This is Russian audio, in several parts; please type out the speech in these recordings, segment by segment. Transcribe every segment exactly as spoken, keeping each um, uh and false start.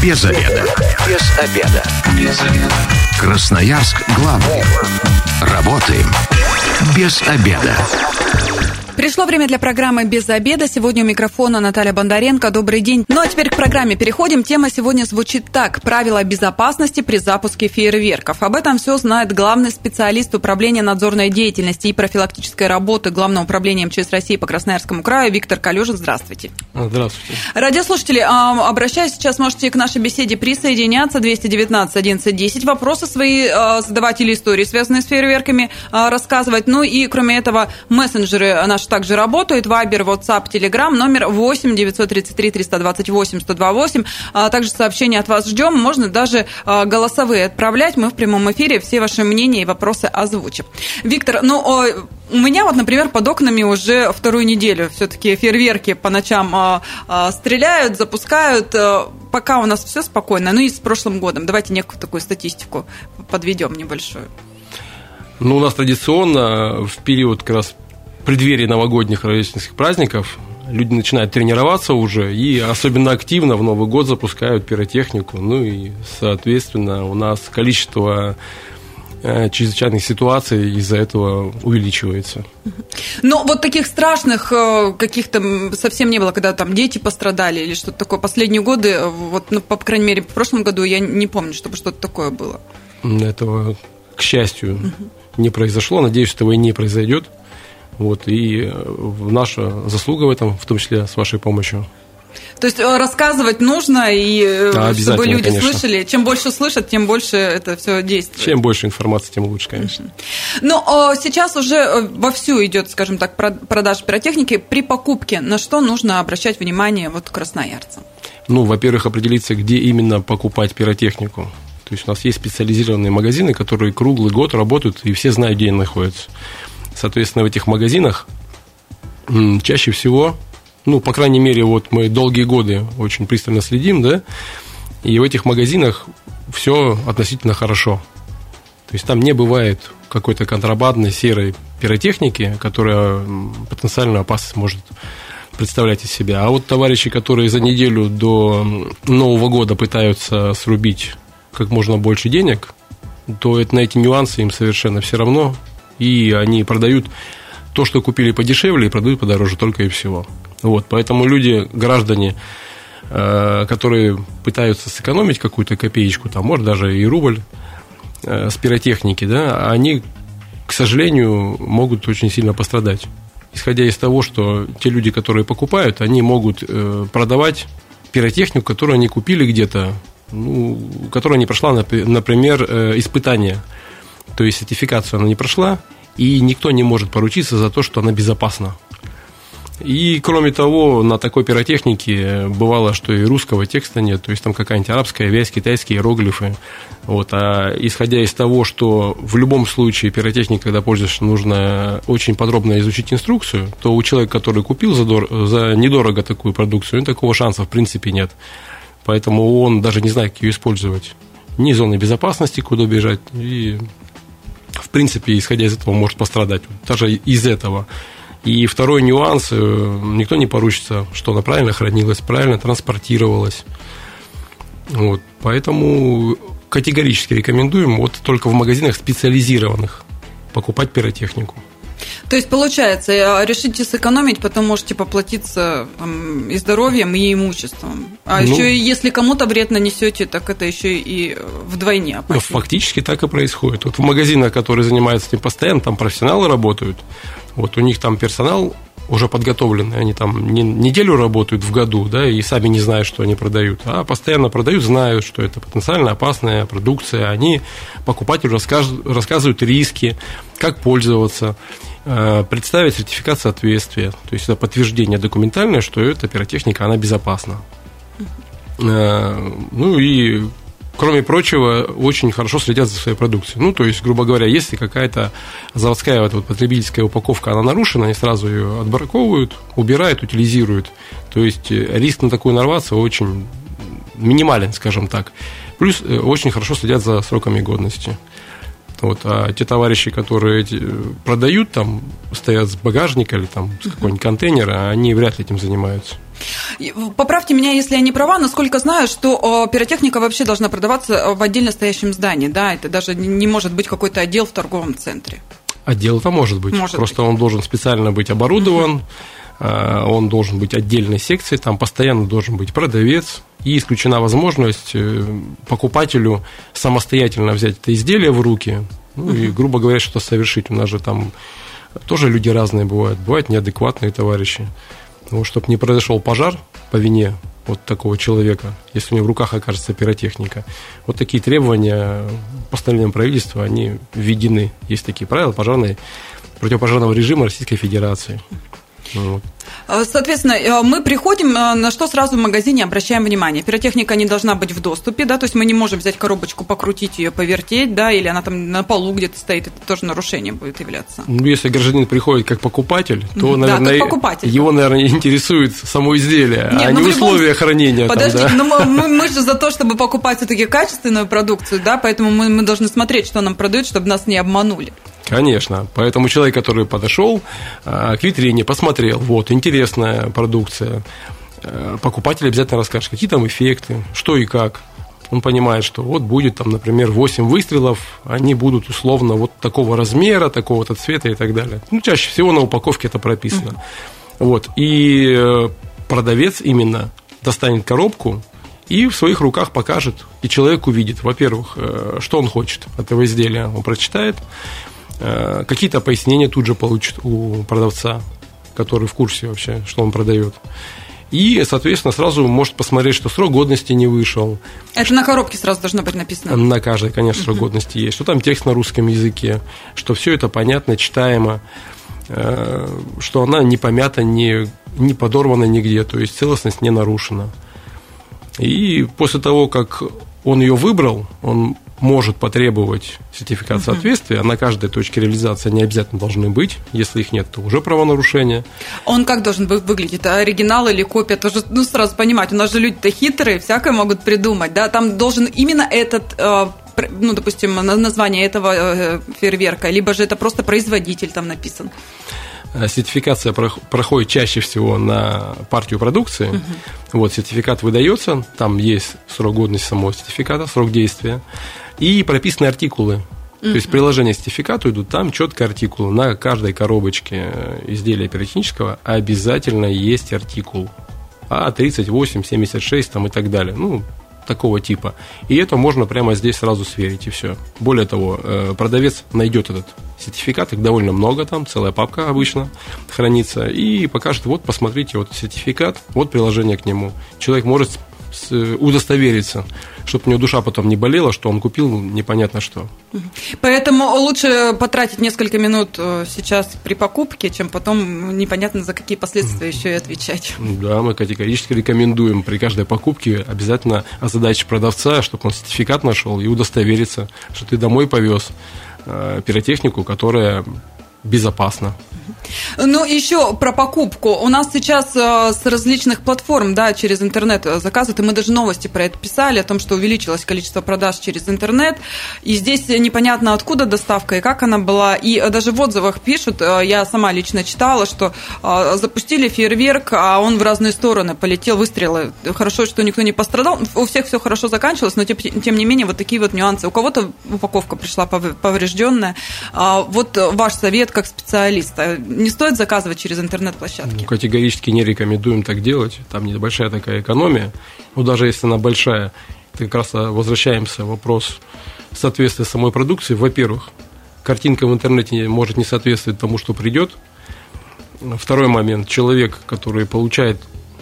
Без обеда. Без обеда. Без обеда. Красноярск главный. Работаем без обеда. Пришло время для программы «Без обеда». Сегодня у микрофона Наталья Бондаренко. Добрый день. Ну а теперь к программе переходим. Тема сегодня звучит так. Правила безопасности при запуске фейерверков. Об этом все знает главный специалист Управления надзорной деятельности и профилактической работы Главного управления эм че эс России по Красноярскому краю Виктор Калюжин. Здравствуйте. Здравствуйте. Радиослушатели, обращаюсь сейчас, можете к нашей беседе присоединяться. двести девятнадцать одиннадцать десять. Вопросы свои задавать или истории, связанные с фейерверками, рассказывать. Ну и кроме этого, мессенджеры наши также работают. Вайбер, WhatsApp, Telegram, номер восемь девятьсот тридцать три триста двадцать восемь сто двадцать восемь. А также сообщения от вас ждем. Можно даже голосовые отправлять. Мы в прямом эфире все ваши мнения и вопросы озвучим. Виктор, ну, у меня вот, например, под окнами уже вторую неделю все-таки фейерверки по ночам стреляют, запускают. Пока у нас все спокойно. Ну и с прошлым годом. Давайте некую такую статистику подведем небольшую. Ну, у нас традиционно в период как раз в преддверии новогодних рождественских праздников люди начинают тренироваться уже и особенно активно в Новый год запускают пиротехнику. Ну и, соответственно, у нас количество э, чрезвычайных ситуаций из-за этого увеличивается. Но вот таких страшных э, каких-то совсем не было, когда там дети пострадали или что-то такое. Последние годы, вот, ну, по крайней мере, в прошлом году я не помню, чтобы что-то такое было. Этого, к счастью, угу. не произошло. Надеюсь, этого и не произойдет. Вот, и наша заслуга в этом, в том числе с вашей помощью. То есть рассказывать нужно, и да, чтобы люди конечно. слышали. Чем больше слышат, тем больше это все действует. Чем больше информации, тем лучше, конечно. Но сейчас уже вовсю идет, скажем так, продажа пиротехники. При покупке на что нужно обращать внимание вот красноярцам? Ну, во-первых, определиться, где именно покупать пиротехнику. То есть у нас есть специализированные магазины, которые круглый год работают, и все знают, где они находятся. Соответственно, в этих магазинах чаще всего, ну, по крайней мере, вот мы долгие годы очень пристально следим, да, и в этих магазинах все относительно хорошо. То есть там не бывает какой-то контрабандной серой пиротехники, которая потенциальную опасность может представлять из себя. А вот товарищи, которые за неделю до Нового года пытаются срубить как можно больше денег, то это, на эти нюансы им совершенно все равно. И они продают то, что купили подешевле, и продают подороже, только и всего. Вот, поэтому люди, граждане, которые пытаются сэкономить какую-то копеечку, там, может, даже и рубль с пиротехники, да, они, к сожалению, могут очень сильно пострадать. Исходя из того, что те люди, которые покупают, они могут продавать пиротехнику, которую они купили где-то, ну, которая не прошла, например, испытания. То есть сертификацию она не прошла, и никто не может поручиться за то, что она безопасна. И, кроме того, на такой пиротехнике бывало, что и русского текста нет, то есть там какая-нибудь арабская вязь, китайские иероглифы. Вот. А исходя из того, что в любом случае пиротехника, когда пользуешься, нужно очень подробно изучить инструкцию, то у человека, который купил за, дор- за недорого такую продукцию, такого шанса в принципе нет. Поэтому он даже не знает, как ее использовать. Ни зоны безопасности, куда бежать, и... в принципе, исходя из этого, может пострадать. Даже из этого. И второй нюанс, никто не поручится, что она правильно хранилась, правильно транспортировалась. Вот. Поэтому категорически рекомендуем вот только в магазинах специализированных покупать пиротехнику. То есть, получается, решите сэкономить, потом можете поплатиться там, и здоровьем, и имуществом. А ну, еще и если кому-то вред нанесете, так это еще и вдвойне опаснее. Фактически так и происходит. Вот в магазинах, которые занимаются этим постоянно, там профессионалы работают. Вот у них там персонал уже подготовленный, они там не, неделю работают в году, да, и сами не знают, что они продают, а постоянно продают, знают, что это потенциально опасная продукция. Они покупателю рассказывают, рассказывают риски, как пользоваться, представить сертификат соответствия, то есть это подтверждение документальное, что эта пиротехника, она безопасна. Ну и, кроме прочего, очень хорошо следят за своей продукцией. Ну, то есть, грубо говоря, если какая-то заводская вот, вот, потребительская упаковка, она нарушена, они сразу ее отбраковывают, убирают, утилизируют. То есть риск на такую нарваться очень минимален, скажем так. Плюс очень хорошо следят за сроками годности. Вот, а те товарищи, которые эти продают, там, стоят с багажника или там, с какого-нибудь контейнера, они вряд ли этим занимаются. Поправьте меня, если я не права, насколько знаю, что пиротехника вообще должна продаваться в отдельно стоящем здании, да, это даже не может быть какой-то отдел в торговом центре. Отдел-то может быть, может просто быть. Он должен специально быть оборудован, uh-huh. он должен быть отдельной секцией, там постоянно должен быть продавец, и исключена возможность покупателю самостоятельно взять это изделие в руки, ну uh-huh. и, грубо говоря, что-то совершить. У нас же там тоже люди разные бывают, бывают неадекватные товарищи. Вот, чтобы не произошел пожар по вине вот такого человека, если у него в руках окажется пиротехника. Вот такие требования постановлением правительства, они введены. Есть такие правила пожарной, противопожарного режима Российской Федерации. Вот. Соответственно, мы приходим, на что сразу в магазине обращаем внимание. Пиротехника не должна быть в доступе, да, то есть мы не можем взять коробочку, покрутить ее, повертеть, да, или она там на полу где-то стоит, это тоже нарушение будет являться. Ну, если гражданин приходит как покупатель, то, да, наверное, покупатель. его, наверное, интересует само изделие, Нет, а не условия любом... хранения. Подождите, там, да? но мы, мы же за то, чтобы покупать все-таки качественную продукцию, да, поэтому мы, мы должны смотреть, что нам продают, чтобы нас не обманули. Конечно, поэтому человек, который подошел к витрине, посмотрел, вот, интересная продукция, покупатель обязательно расскажет, какие там эффекты, что и как. Он понимает, что вот будет там, например, восемь выстрелов, они будут условно вот такого размера, такого-то цвета и так далее. Ну, чаще всего на упаковке это прописано. Mm-hmm. Вот, и продавец именно достанет коробку и в своих руках покажет, и человек увидит, во-первых, что он хочет от этого изделия, он прочитает, какие-то пояснения тут же получит у продавца, который в курсе вообще, что он продает. И, соответственно, сразу может посмотреть, что срок годности не вышел. Это на коробке сразу должно быть написано? На каждой, конечно, срок uh-huh. годности есть. Что там текст на русском языке, что все это понятно, читаемо, что она не помята, не, не подорвана нигде, то есть целостность не нарушена. И после того, как он ее выбрал, он может потребовать сертификат соответствия, uh-huh. на каждой точке реализации они обязательно должны быть. Если их нет, то уже правонарушение. Он как должен выглядеть? Оригинал или копия? Тоже, ну, сразу понимать, у нас же люди-то хитрые, всякое могут придумать, да? Там должен именно этот, ну, допустим, название этого фейерверка, либо же это просто производитель там написан. Сертификация проходит чаще всего на партию продукции. Uh-huh. Вот, сертификат выдается, там есть срок годности самого сертификата, срок действия, и прописаны артикулы. Uh-huh. То есть приложения к сертификату идут, там четко артикулы. На каждой коробочке изделия пиротехнического обязательно есть артикул А тридцать восемь семьдесят шесть там, и так далее. Ну, такого типа. И это можно прямо здесь сразу сверить, и все. Более того, продавец найдет этот сертификат, их довольно много там, целая папка обычно хранится, и покажет, вот, посмотрите, вот сертификат, вот приложение к нему. Человек может удостовериться, чтобы у него душа потом не болела, что он купил непонятно что. Поэтому лучше потратить несколько минут сейчас при покупке, чем потом непонятно за какие последствия еще и отвечать. Да, мы категорически рекомендуем при каждой покупке обязательно озадачить продавца, чтобы он сертификат нашел и удостовериться, что ты домой повез пиротехнику, которая безопасна. Ну, еще про покупку. У нас сейчас с различных платформ, да, через интернет заказывают, и мы даже новости про это писали, о том, что увеличилось количество продаж через интернет, и здесь непонятно, откуда доставка и как она была, и даже в отзывах пишут, я сама лично читала, что запустили фейерверк, а он в разные стороны полетел, выстрелы. Хорошо, что никто не пострадал, у всех все хорошо заканчивалось, но тем не менее вот такие вот нюансы. У кого-то упаковка пришла поврежденная. Вот ваш совет как специалиста. Не стоит заказывать через интернет-площадки? Ну, категорически не рекомендуем так делать. Там небольшая такая экономия. Но даже если она большая, как раз возвращаемся к вопросу соответствия самой продукции. Во-первых, картинка в интернете может не соответствовать тому, что придет. Второй момент. Человек, который получает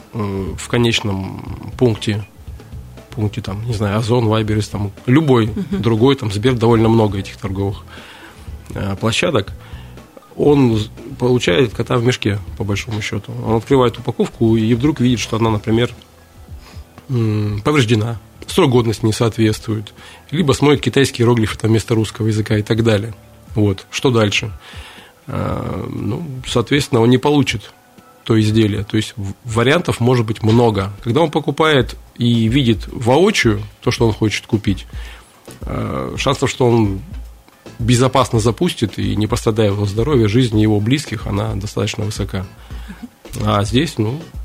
в конечном пункте, пункте там, не знаю, Озон, Вайберс, там, любой uh-huh. другой, там, Сбер, довольно много этих торговых площадок, он получает кота в мешке, по большому счету. Он открывает упаковку и вдруг видит, что она, например, повреждена, срок годности не соответствует, либо смотрит китайские иероглифы там, вместо русского языка и так далее. Вот. Что дальше? Ну, соответственно, он не получит то изделие. То есть вариантов может быть много. Когда он покупает и видит воочию то, что он хочет купить, шансов, что он безопасно запустит и не пострадает его здоровье, жизнь его близких, она достаточно высока. А здесь, ну,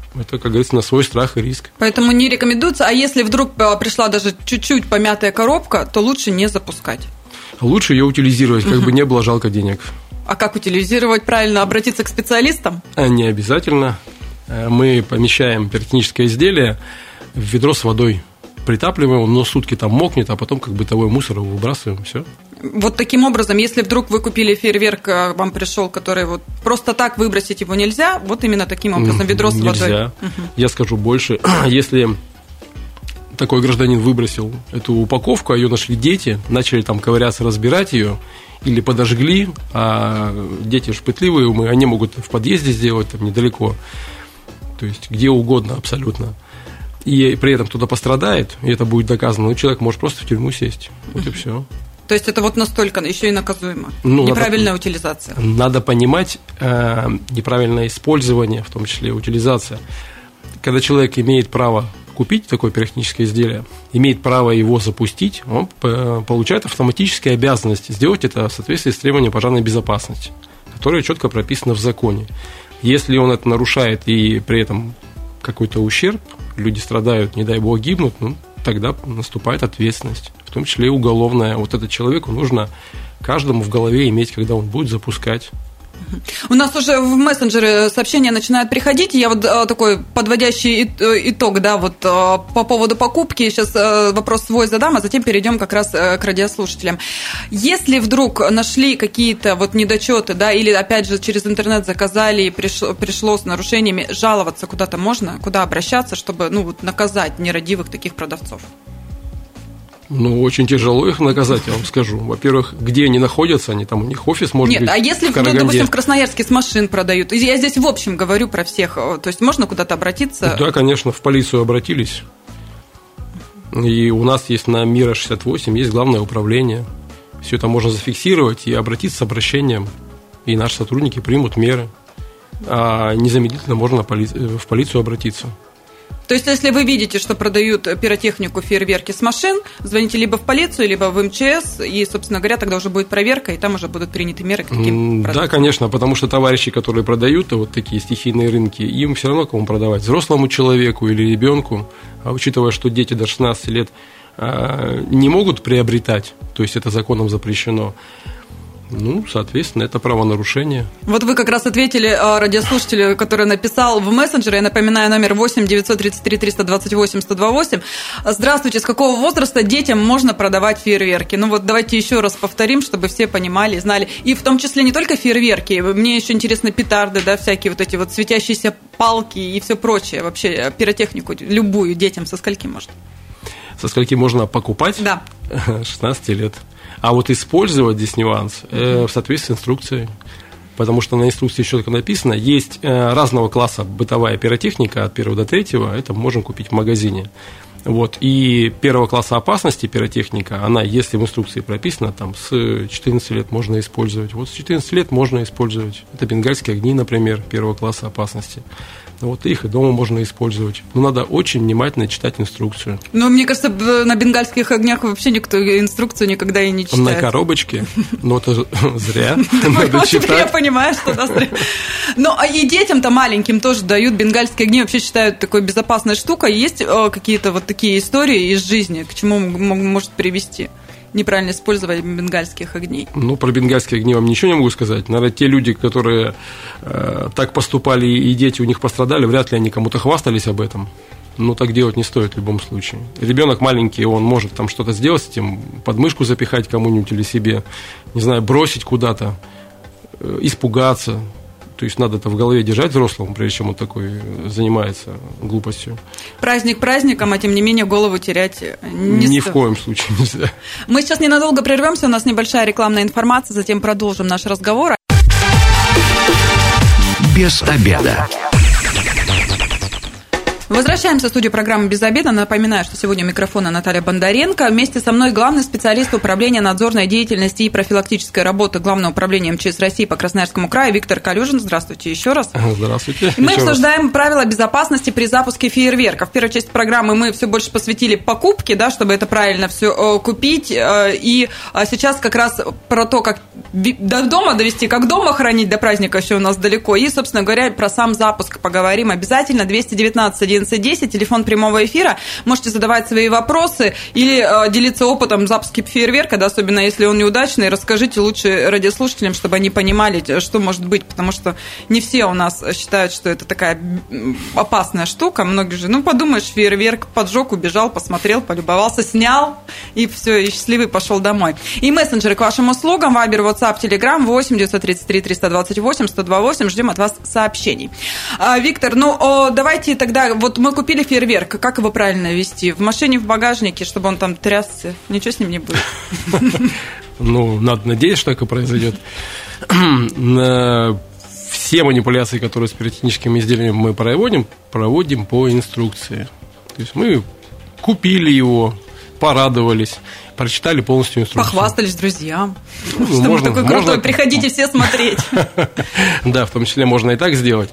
Это, как говорится, на свой страх и риск. Поэтому не рекомендуется. А если вдруг пришла даже чуть-чуть помятая коробка, то лучше не запускать. Лучше ее утилизировать, как бы не было жалко денег. А как утилизировать правильно? Обратиться к специалистам? Не обязательно. Мы помещаем пиротехническое изделие в ведро с водой, притапливаем, но сутки там мокнет, а потом как бытовой мусор его выбрасываем, все. Вот таким образом, если вдруг вы купили фейерверк, вам пришел, который вот просто так выбросить его нельзя, вот именно таким образом ведро с нельзя. водой. Нельзя. Угу. Я скажу больше, если такой гражданин выбросил эту упаковку, а ее нашли дети, начали там ковыряться, разбирать ее, или подожгли, а дети ж пытливые умы, они могут в подъезде сделать, там недалеко, то есть где угодно абсолютно. И при этом кто-то пострадает, и это будет доказано, но человек может просто в тюрьму сесть. Вот и все. То есть это вот настолько еще и наказуемо. Ну, неправильная надо, утилизация. Надо понимать э, неправильное использование, в том числе утилизация. Когда человек имеет право купить такое пиротехническое изделие, имеет право его запустить, он получает автоматические обязанности сделать это в соответствии с требованиями пожарной безопасности, которые четко прописаны в законе. Если он это нарушает и при этом какой-то ущерб, люди страдают, не дай бог гибнут, ну, тогда наступает ответственность, в том числе и уголовная. Вот этот человеку нужно каждому в голове иметь, когда он будет запускать. У нас уже в мессенджеры сообщения начинают приходить. Я вот такой подводящий итог, да, вот по поводу покупки. Сейчас вопрос свой задам, а затем перейдем как раз к радиослушателям. Если вдруг нашли какие-то вот недочеты, да, или опять же через интернет заказали и пришло, пришло с нарушениями, жаловаться куда-то можно, куда обращаться, чтобы, ну, вот наказать нерадивых таких продавцов? Ну, очень тяжело их наказать, я вам скажу. Во-первых, где они находятся, они там, у них офис может Нет, быть. Нет, а если, в Караганде. допустим, в Красноярске с машин продают? Я здесь в общем говорю про всех. То есть можно куда-то обратиться? Да, конечно, в полицию обратились. И у нас есть на Мира шестьдесят восемь, есть главное управление. Все это можно зафиксировать и обратиться с обращением. И наши сотрудники примут меры. А незамедлительно можно в полицию обратиться. То есть, если вы видите, что продают пиротехнику, фейерверки с машин, звоните либо в полицию, либо в эм че эс, и, собственно говоря, тогда уже будет проверка, и там уже будут приняты меры к таким продуктам. Да, конечно, потому что товарищи, которые продают вот такие стихийные рынки, им все равно кому продавать, взрослому человеку или ребенку, а учитывая, что дети до шестнадцати лет не могут приобретать, то есть это законом запрещено, ну, соответственно, это правонарушение. Вот вы как раз ответили радиослушателю, который написал в мессенджере. Я напоминаю, номер восемь девятьсот тридцать три триста двадцать восемь сто двадцать восемь. Здравствуйте, с какого возраста детям можно продавать фейерверки? Ну вот давайте еще раз повторим, чтобы все понимали, знали. И в том числе не только фейерверки. Мне еще интересны петарды, да, всякие вот эти вот светящиеся палки и все прочее. Вообще пиротехнику любую детям со скольки можно? Со скольки можно покупать? Да. шестнадцати лет. А вот использовать здесь нюанс э, в соответствии с инструкцией, потому что на инструкции четко написано, есть э, разного класса бытовая пиротехника от первого до третьего, это можно купить в магазине. Вот. И первого класса опасности пиротехника, она, если в инструкции прописано, там с четырнадцати лет можно использовать. Вот с четырнадцати лет можно использовать. Это бенгальские огни, например, первого класса опасности. Вот их и дома можно использовать. Но надо очень внимательно читать инструкцию. Ну, мне кажется, на бенгальских огнях вообще никто инструкцию никогда и не читает. На коробочке? Ну, это зря. Надо читать. Я понимаю, что да, зря. Ну, а и детям-то маленьким тоже дают. Бенгальские огни вообще считают такой безопасной штукой. Есть какие-то вот такие истории из жизни, к чему может привести неправильное использование бенгальских огней? Ну, про бенгальские огни вам ничего не могу сказать. Наверное, те люди, которые э, так поступали, и дети у них пострадали, вряд ли они кому-то хвастались об этом. Но так делать не стоит в любом случае. Ребенок маленький, он может там что-то сделать с этим, подмышку запихать кому-нибудь или себе, не знаю, бросить куда-то, э, испугаться. То есть надо это в голове держать взрослому, прежде чем он такой занимается глупостью. Праздник праздником, а тем не менее голову терять не Ни стоит. в коем случае нельзя. Мы сейчас ненадолго прервемся, у нас небольшая рекламная информация, затем продолжим наш разговор. Без обеда. Возвращаемся в студию программы «Без обеда». Напоминаю, что сегодня у микрофона Наталья Бондаренко. Вместе со мной главный специалист управления надзорной деятельности и профилактической работы Главного управления МЧС России по Красноярскому краю Виктор Калюжин. Здравствуйте еще раз. Здравствуйте. Мы обсуждаем раз. правила безопасности при запуске фейерверков. В первой части программы мы все больше посвятили покупке, да, чтобы это правильно все купить. И сейчас как раз про то, как до дома довести, как дома хранить, до праздника еще у нас далеко. И, собственно говоря, про сам запуск поговорим обязательно. двести девятнадцать одиннадцать десять, телефон прямого эфира. Можете задавать свои вопросы или э, делиться опытом запуска фейерверка, да, особенно если он неудачный. Расскажите лучше радиослушателям, чтобы они понимали, что может быть, потому что не все у нас считают, что это такая опасная штука. Многие же, ну, подумаешь, фейерверк, поджег, убежал, посмотрел, полюбовался, снял, и все, и счастливый пошел домой. И мессенджеры к вашим услугам: Вайбер, WhatsApp, Telegram восемь девятьсот тридцать три триста двадцать восемь сто двадцать восемь. Ждем от вас сообщений. А, Виктор, ну, о, давайте тогда, вот мы купили фейерверк, как его правильно вести? В машине, в багажнике, чтобы он там трясся? Ничего с ним не будет? Ну, надо надеяться, что так и произойдет. Все манипуляции, которые с пиротехническими изделиями мы проводим, проводим по инструкции. То есть мы купили его, порадовались, прочитали полностью инструкцию. Похвастались друзьям. Ну, что можно, мы такой крутой, можно... приходите все смотреть. Да, в том числе можно и так сделать.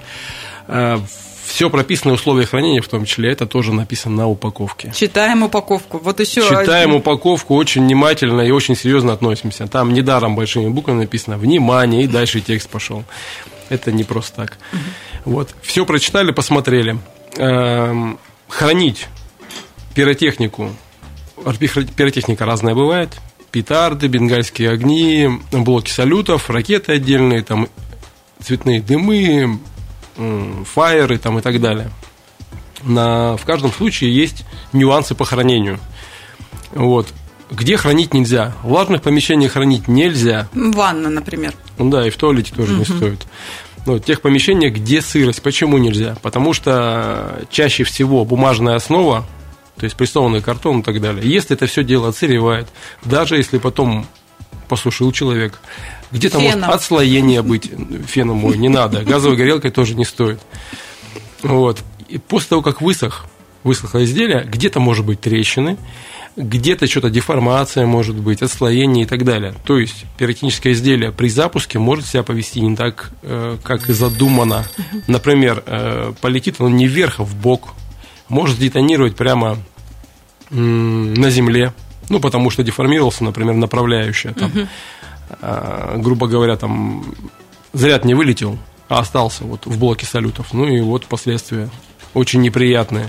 Все прописанные условия хранения, в том числе, это тоже написано на упаковке. Читаем упаковку. Вот еще Читаем один. упаковку очень внимательно и очень серьезно относимся. Там недаром большими буквами написано «Внимание», и дальше текст пошел. Это не просто так. Угу. Вот. Все прочитали, посмотрели. Эм, хранить пиротехнику. Пиротехника разная бывает. Петарды, бенгальские огни, блоки салютов, ракеты отдельные, там, цветные дымы, фаеры там, и так далее. На, в каждом случае есть нюансы по хранению. Вот. Где хранить нельзя? В влажных помещениях хранить нельзя. Ванна, например. Да, и в туалете тоже угу. не стоит. Но в тех помещениях, где сырость. Почему нельзя? Потому что чаще всего бумажная основа, то есть прессованный картон и так далее, если это все дело отсыревает, даже если потом посушил человек, где-то феном. Может отслоение быть, феном мой, не надо, газовой горелкой тоже не стоит. Вот. И после того, как высох, высохло изделие, где-то может быть трещины, где-то что-то деформация может быть, отслоение и так далее. То есть пиротехническое изделие при запуске может себя повести не так, как и задумано. Например, полетит оно не вверх, а в бок, может детонировать прямо на земле, ну, потому что деформировался, например, направляющая там. Uh-huh. Грубо говоря, там заряд не вылетел, а остался вот в блоке салютов. Ну и вот последствия очень неприятные.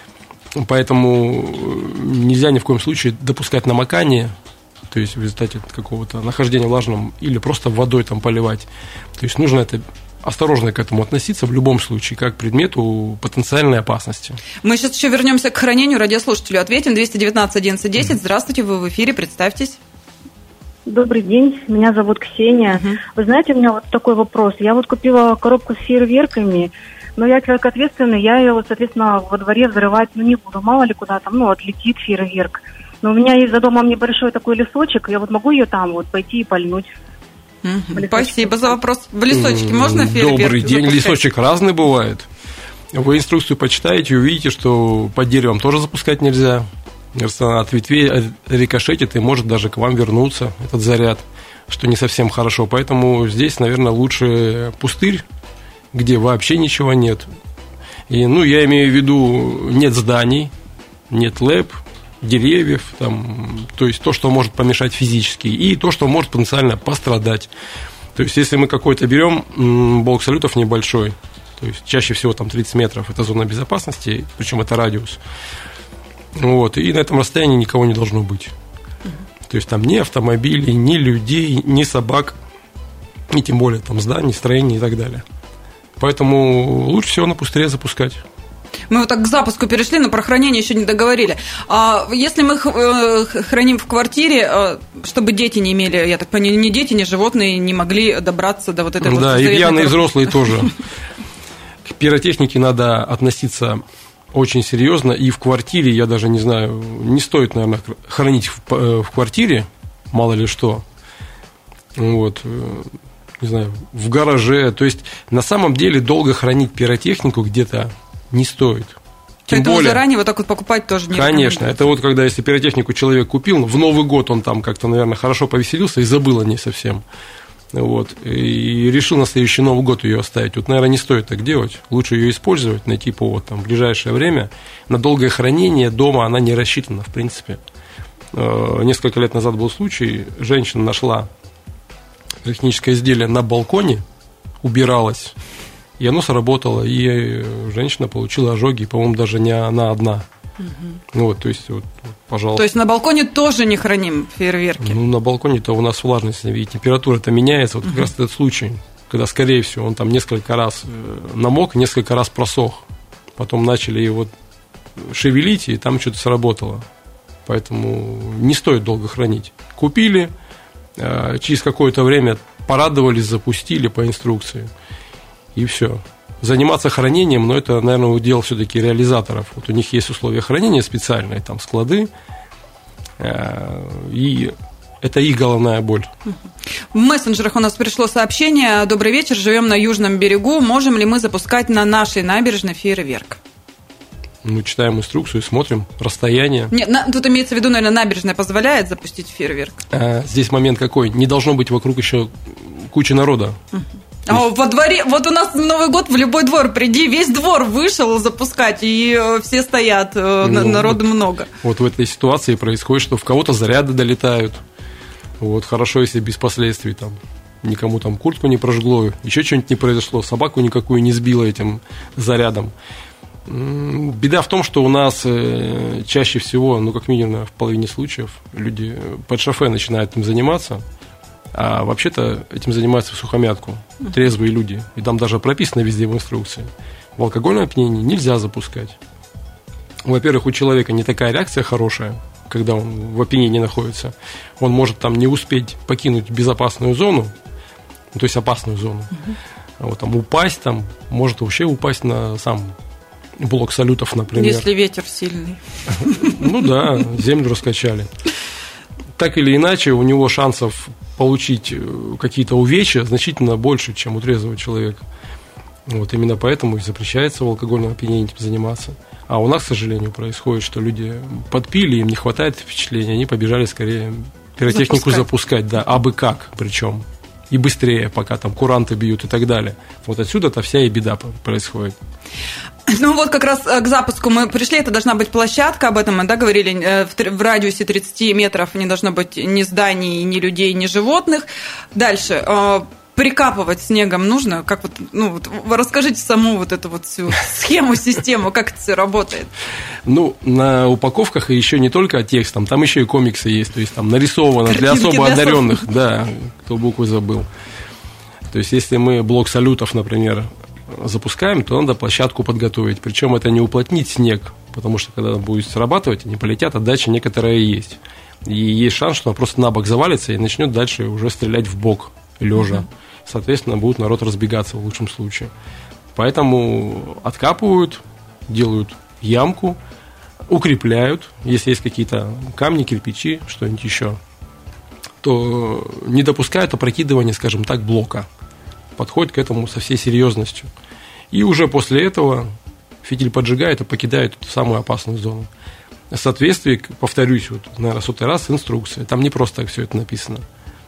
Поэтому нельзя ни в коем случае допускать намокание, то есть в результате какого-то нахождения влажным, или просто водой там поливать. То есть нужно это осторожно к этому относиться в любом случае, как к предмету потенциальной опасности. Мы сейчас еще вернемся к хранению, радиослушателю ответим. двести девятнадцать одиннадцать десять. Здравствуйте, вы в эфире, представьтесь. Добрый день, меня зовут Ксения. Uh-huh. Вы знаете, у меня вот такой вопрос. Я вот купила коробку с фейерверками, но я человек ответственный, я ее, соответственно, во дворе взрывать ну, не буду. Мало ли куда там, ну, отлетит фейерверк. Но у меня есть за домом небольшой такой лесочек, я вот могу ее там вот пойти и пальнуть. Uh-huh. Спасибо за вопрос. В лесочке можно фейерверк Добрый день, запускать? Лесочек разный бывает. Вы инструкцию почитаете и увидите, что под деревом тоже запускать нельзя. От ветвей рикошетит и может даже к вам вернуться этот заряд, что не совсем хорошо. Поэтому здесь, наверное, лучше пустырь, где вообще ничего нет. И, ну, я имею в виду, нет зданий, нет лэп, деревьев, там, то есть то, что может помешать физически, и то, что может потенциально пострадать. То есть если мы какой-то берем блок салютов небольшой, то есть чаще всего там тридцать метров, это зона безопасности, причем это радиус. Вот, и на этом расстоянии никого не должно быть. То есть там ни автомобилей, ни людей, ни собак, и тем более там зданий, строений и так далее. Поэтому лучше всего на пустыре запускать. Мы вот так к запуску перешли, но про хранение еще не договорили. А если мы храним в квартире, чтобы дети не имели, я так понимаю, ни дети, ни животные не могли добраться до вот этой вот... Да, и пьяные взрослые тоже. К пиротехнике надо относиться очень серьезно, и в квартире, я даже не знаю, не стоит, наверное, хранить в, в квартире, мало ли что, вот, не знаю, в гараже, то есть на самом деле долго хранить пиротехнику где-то не стоит, Тем Поэтому более, заранее вот так вот покупать тоже не конечно, это вот когда, если пиротехнику человек купил, в Новый год он там как-то, наверное, хорошо повеселился и забыл о ней совсем. Вот, и решил на следующий Новый год ее оставить. Вот, наверное, не стоит так делать. Лучше ее использовать, найти повод там, в ближайшее время. На долгое хранение дома она не рассчитана, в принципе. Несколько лет назад был случай, женщина нашла пиротехническое изделие на балконе, убиралась, и оно сработало, и женщина получила ожоги, по-моему, даже не она одна. Угу. Вот, то есть, вот, пожалуйста. То есть на балконе тоже не храним фейерверки? Ну, на балконе-то у нас влажность, видите, температура-то меняется. Вот как угу. раз этот случай, когда, скорее всего, он там несколько раз намок, несколько раз просох. Потом начали его шевелить, и там что-то сработало. Поэтому не стоит долго хранить. Купили, через какое-то время порадовались, запустили по инструкции, и все. Заниматься хранением, но это, наверное, удел все-таки реализаторов. Вот у них есть условия хранения специальные, там склады, и это их головная боль. В мессенджерах у нас пришло сообщение: «Добрый вечер, живем на Южном берегу, можем ли мы запускать на нашей набережной фейерверк?» Ну, читаем инструкцию, смотрим расстояние. Нет, на, тут имеется в виду, наверное, набережная позволяет запустить фейерверк. А, здесь момент какой? Не должно быть вокруг еще кучи народа. Uh-huh. А есть... во дворе, вот у нас Новый год, в любой двор приди, весь двор вышел запускать, и все стоят, ну, народу вот, много. Вот в этой ситуации происходит, что в кого-то заряды долетают. Вот, хорошо, если без последствий там. Никому там куртку не прожгло, еще что-нибудь не произошло, собаку никакую не сбило этим зарядом. Беда в том, что у нас чаще всего, ну, как минимум в половине случаев, люди под шофе начинают этим заниматься, а вообще-то этим занимаются всухомятку, трезвые люди. И там даже прописано везде в инструкции. В алкогольном опьянении нельзя запускать. Во-первых, у человека не такая реакция хорошая, когда он в опьянении находится. Он может там не успеть покинуть безопасную зону, то есть опасную зону, uh-huh. а вот там упасть, там, может вообще упасть на сам блок салютов, например. Если ветер сильный. Ну да, землю раскачали. Так или иначе, у него шансов получить какие-то увечья значительно больше, чем у трезвого человека. Вот именно поэтому и запрещается в алкогольном опьянении этим заниматься. А у нас, к сожалению, происходит, что люди подпили, им не хватает впечатления, они побежали скорее пиротехнику запускать, запускать да, абы как причем. И быстрее, пока там куранты бьют и так далее. Вот отсюда-то вся и беда происходит. Ну вот как раз к запуску мы пришли, это должна быть площадка, об этом мы, да, говорили, в радиусе тридцать метров не должно быть ни зданий, ни людей, ни животных. Дальше, прикапывать снегом нужно? Как вот, ну, вот, расскажите саму вот эту вот всю схему, систему, как это все работает. Ну, на упаковках еще не только текстом, там еще и комиксы есть, то есть там нарисовано картинки для особо для одаренных, особо. Да, кто буквы забыл. То есть если мы блок салютов, например, запускаем, то надо площадку подготовить. Причем это не уплотнить снег, потому что когда будет срабатывать, они полетят, отдача некоторая есть. И есть шанс, что он просто на бок завалится и начнет дальше уже стрелять в бок, лежа. Uh-huh. Соответственно, будет народ разбегаться в лучшем случае. Поэтому откапывают, делают ямку, укрепляют. Если есть какие-то камни, кирпичи, что-нибудь еще, то не допускают опрокидывания, скажем так, блока. Подходит к этому со всей серьезностью. И уже после этого фитиль поджигает и покидает эту самую опасную зону. В соответствии, повторюсь, вот, наверное, сотый раз, инструкция. Там не просто так все это написано.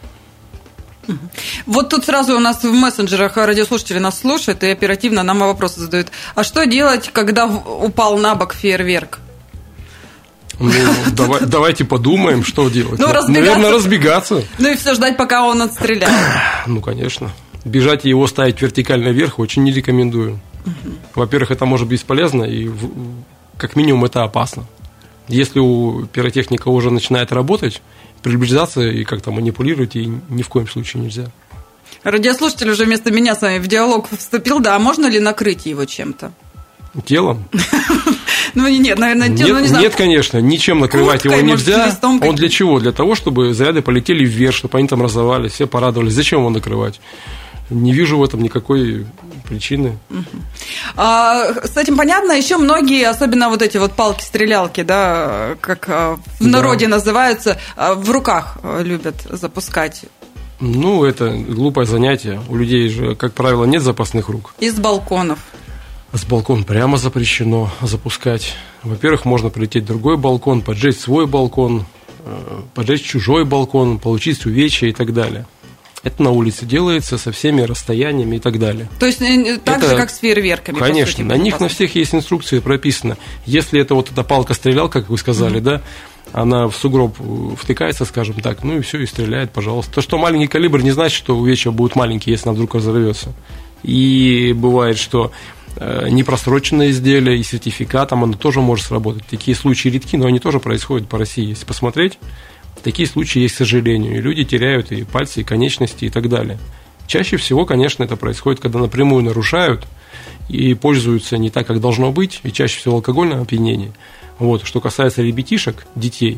Вот тут сразу у нас в мессенджерах радиослушатели нас слушают и оперативно нам вопросы задают. А что делать, когда упал на бок фейерверк? Ну, давай, давайте подумаем, что делать. Ну, разбегаться. Наверное, разбегаться. Ну и все, ждать, пока он отстреляет. Ну, конечно. Бежать и его ставить вертикально вверх очень не рекомендую. Угу. Во-первых, это может быть бесполезно, и как минимум это опасно. Если у пиротехника уже начинает работать, приближаться и как-то манипулировать ей ни в коем случае нельзя. Радиослушатель уже вместо меня с вами в диалог вступил, да, а можно ли накрыть его чем-то? Телом? Ну, нет, наверное, телом, нет, не знаю. Нет, конечно, ничем накрывать его нельзя. Он для чего? Для того, чтобы заряды полетели вверх, чтобы они там разорвались, все порадовались. Зачем его накрывать? Не вижу в этом никакой причины. А, с этим понятно. Еще многие, особенно вот эти вот палки-стрелялки, да, как в народе да. называются, в руках любят запускать. Ну, это глупое занятие. У людей же, как правило, нет запасных рук. Из балконов. С балкона прямо запрещено запускать. Во-первых, можно прилететь в другой балкон, поджечь свой балкон, поджечь чужой балкон, получить увечья и так далее. Это на улице делается со всеми расстояниями и так далее. То есть так это, же, как с фейерверками? Конечно, на них на всех есть инструкции прописано. Если это вот эта палка-стрелялка, как вы сказали, mm-hmm. да, она в сугроб втыкается, скажем так, ну и все, и стреляет, пожалуйста. То, что маленький калибр, не значит, что увечья будут маленькие, если она вдруг разорвется. И бывает, что непросроченное изделие и сертификатом оно тоже может сработать. Такие случаи редки, но они тоже происходят по России. Если посмотреть, такие случаи есть, к сожалению. И люди теряют и пальцы, и конечности, и так далее. Чаще всего, конечно, это происходит, когда напрямую нарушают и пользуются не так, как должно быть, и чаще всего алкогольное опьянение. Вот. Что касается ребятишек, детей,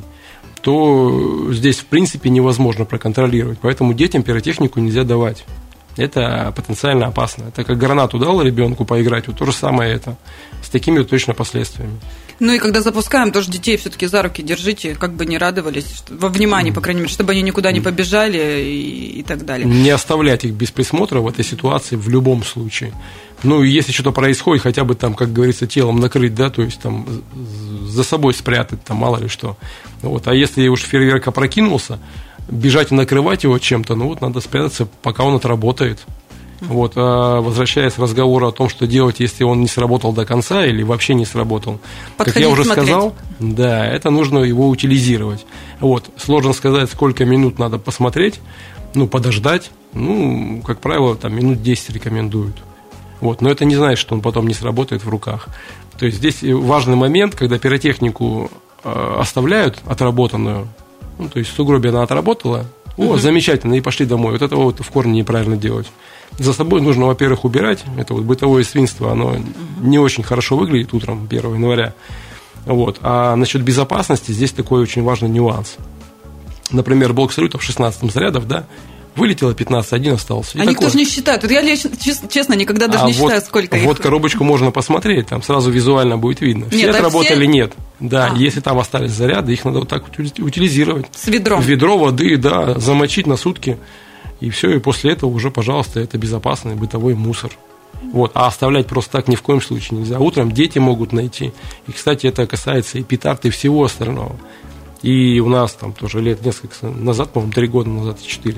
то здесь, в принципе, невозможно проконтролировать. Поэтому детям пиротехнику нельзя давать. Это потенциально опасно. Это как гранату дал ребенку поиграть, вот то же самое это. С такими вот точно последствиями. Ну и когда запускаем, тоже детей все-таки за руки держите, как бы не радовались, во внимании, по крайней мере, чтобы они никуда не побежали и, и так далее. Не оставлять их без присмотра в этой ситуации в любом случае. Ну и если что-то происходит, хотя бы там, как говорится, телом накрыть, да, то есть там за собой спрятать, там мало ли что. Вот. А если уж фейерверк опрокинулся, бежать и накрывать его чем-то, ну вот надо спрятаться, пока он отработает. Вот, а возвращаясь к разговору о том, что делать, если он не сработал до конца или вообще не сработал. Подходить, как я уже смотреть. сказал, да, это нужно его утилизировать. Вот, сложно сказать, сколько минут надо посмотреть, ну, подождать. Ну, как правило, там минут десять рекомендуют. Вот, но это не значит, что он потом не сработает в руках. То есть здесь важный момент, когда пиротехнику э, оставляют отработанную, ну, то есть в сугробе она отработала, о, угу. замечательно, и пошли домой. Вот это вот в корне неправильно делать. За собой нужно, во-первых, убирать. Это вот бытовое свинство, оно угу. не очень хорошо выглядит утром первого января. Вот. А насчет безопасности здесь такой очень важный нюанс. Например, блок салютов шестнадцать зарядов, да, вылетело пятнадцать, один остался. И а такое. Никто же не считает. Вот я, честно, никогда даже а не вот, считаю, сколько их. Вот коробочку можно посмотреть, там сразу визуально будет видно. Все нет, отработали, все... нет. Да, а. Если там остались заряды, их надо вот так утилизировать. С ведром. Ведро воды, да, замочить на сутки. И все, и после этого уже, пожалуйста, это безопасный бытовой мусор. Вот. А оставлять просто так ни в коем случае нельзя. Утром дети могут найти. И, кстати, это касается и петард, и всего остального. И у нас там тоже лет несколько назад, по-моему, три года назад, четыре,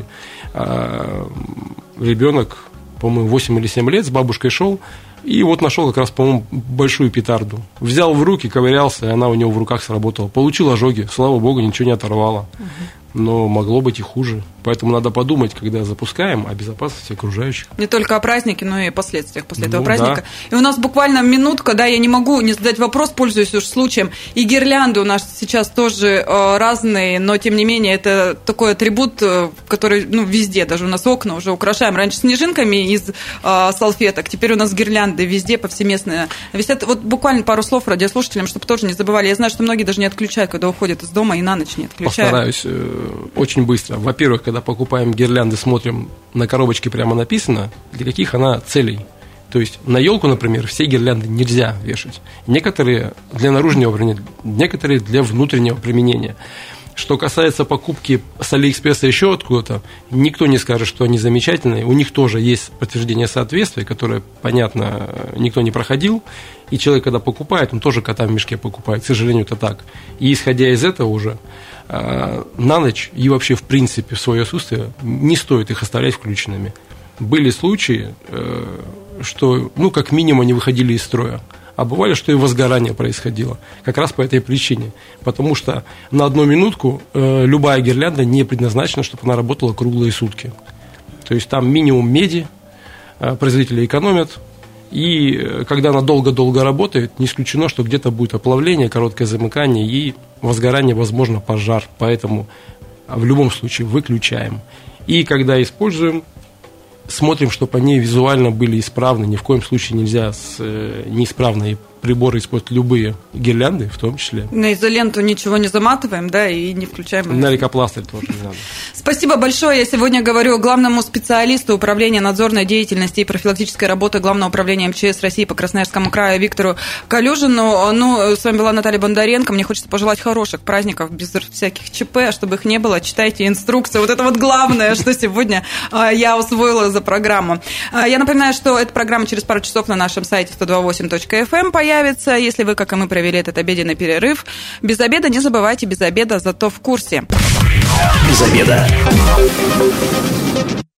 ребенок, по-моему, восемь или семь лет с бабушкой шел, и вот нашел как раз, по-моему, большую петарду. Взял в руки, ковырялся, и она у него в руках сработала. Получил ожоги, слава богу, ничего не оторвало. Но могло быть и хуже. Поэтому надо подумать, когда запускаем, о безопасности окружающих. Не только о празднике, но и о последствиях после этого ну, праздника. Да. И у нас буквально минутка, да, я не могу не задать вопрос, пользуясь уж случаем. И гирлянды у нас сейчас тоже э, разные, но тем не менее это такой атрибут, э, который ну, везде, даже у нас окна уже украшаем. Раньше снежинками из э, салфеток, теперь у нас гирлянды везде повсеместные висят. Вот буквально пару слов радиослушателям, чтобы тоже не забывали. Я знаю, что многие даже не отключают, когда уходят из дома, и на ночь не отключают. Постараюсь очень быстро. Во-первых, когда покупаем гирлянды, смотрим, на коробочке прямо написано, для каких она целей. То есть на елку, например, все гирлянды нельзя вешать. Некоторые для наружного применения, некоторые для внутреннего применения. Что касается покупки с Алиэкспресса еще откуда-то, никто не скажет, что они замечательные. У них тоже есть подтверждение соответствия, которое, понятно, никто не проходил. И человек, когда покупает, он тоже кота в мешке покупает. К сожалению, это так. И исходя из этого уже, на ночь и вообще, в принципе, в свое отсутствие не стоит их оставлять включенными. Были случаи, что, ну, как минимум, они выходили из строя. А бывали, что и возгорание происходило. Как раз по этой причине. Потому что на одну минутку э, любая гирлянда не предназначена, чтобы она работала круглые сутки. То есть там минимум меди, э, производители экономят. И э, когда она долго-долго работает, не исключено, что где-то будет оплавление, короткое замыкание и возгорание, возможно, пожар. Поэтому в любом случае выключаем. И когда используем, смотрим, чтобы они визуально были исправны. Ни в коем случае нельзя с неисправной приборы используют любые гирлянды, в том числе. На изоленту ничего не заматываем, да, и не включаем. На лейкопластырь тоже не надо. Спасибо большое. Я сегодня говорю главному специалисту Управления надзорной деятельности и профилактической работы Главного управления МЧС России по Красноярскому краю Виктору Калюжину. Ну, с вами была Наталья Бондаренко. Мне хочется пожелать хороших праздников, без всяких ЧП, чтобы их не было. Читайте инструкцию. Вот это вот главное, что сегодня я усвоила за программу. Я напоминаю, что эта программа через пару часов на нашем сайте сто два восемь точка эф эм появится. Если вы, как и мы, провели этот обеденный перерыв. Без обеда не забывайте, без обеда зато в курсе. Без обеда.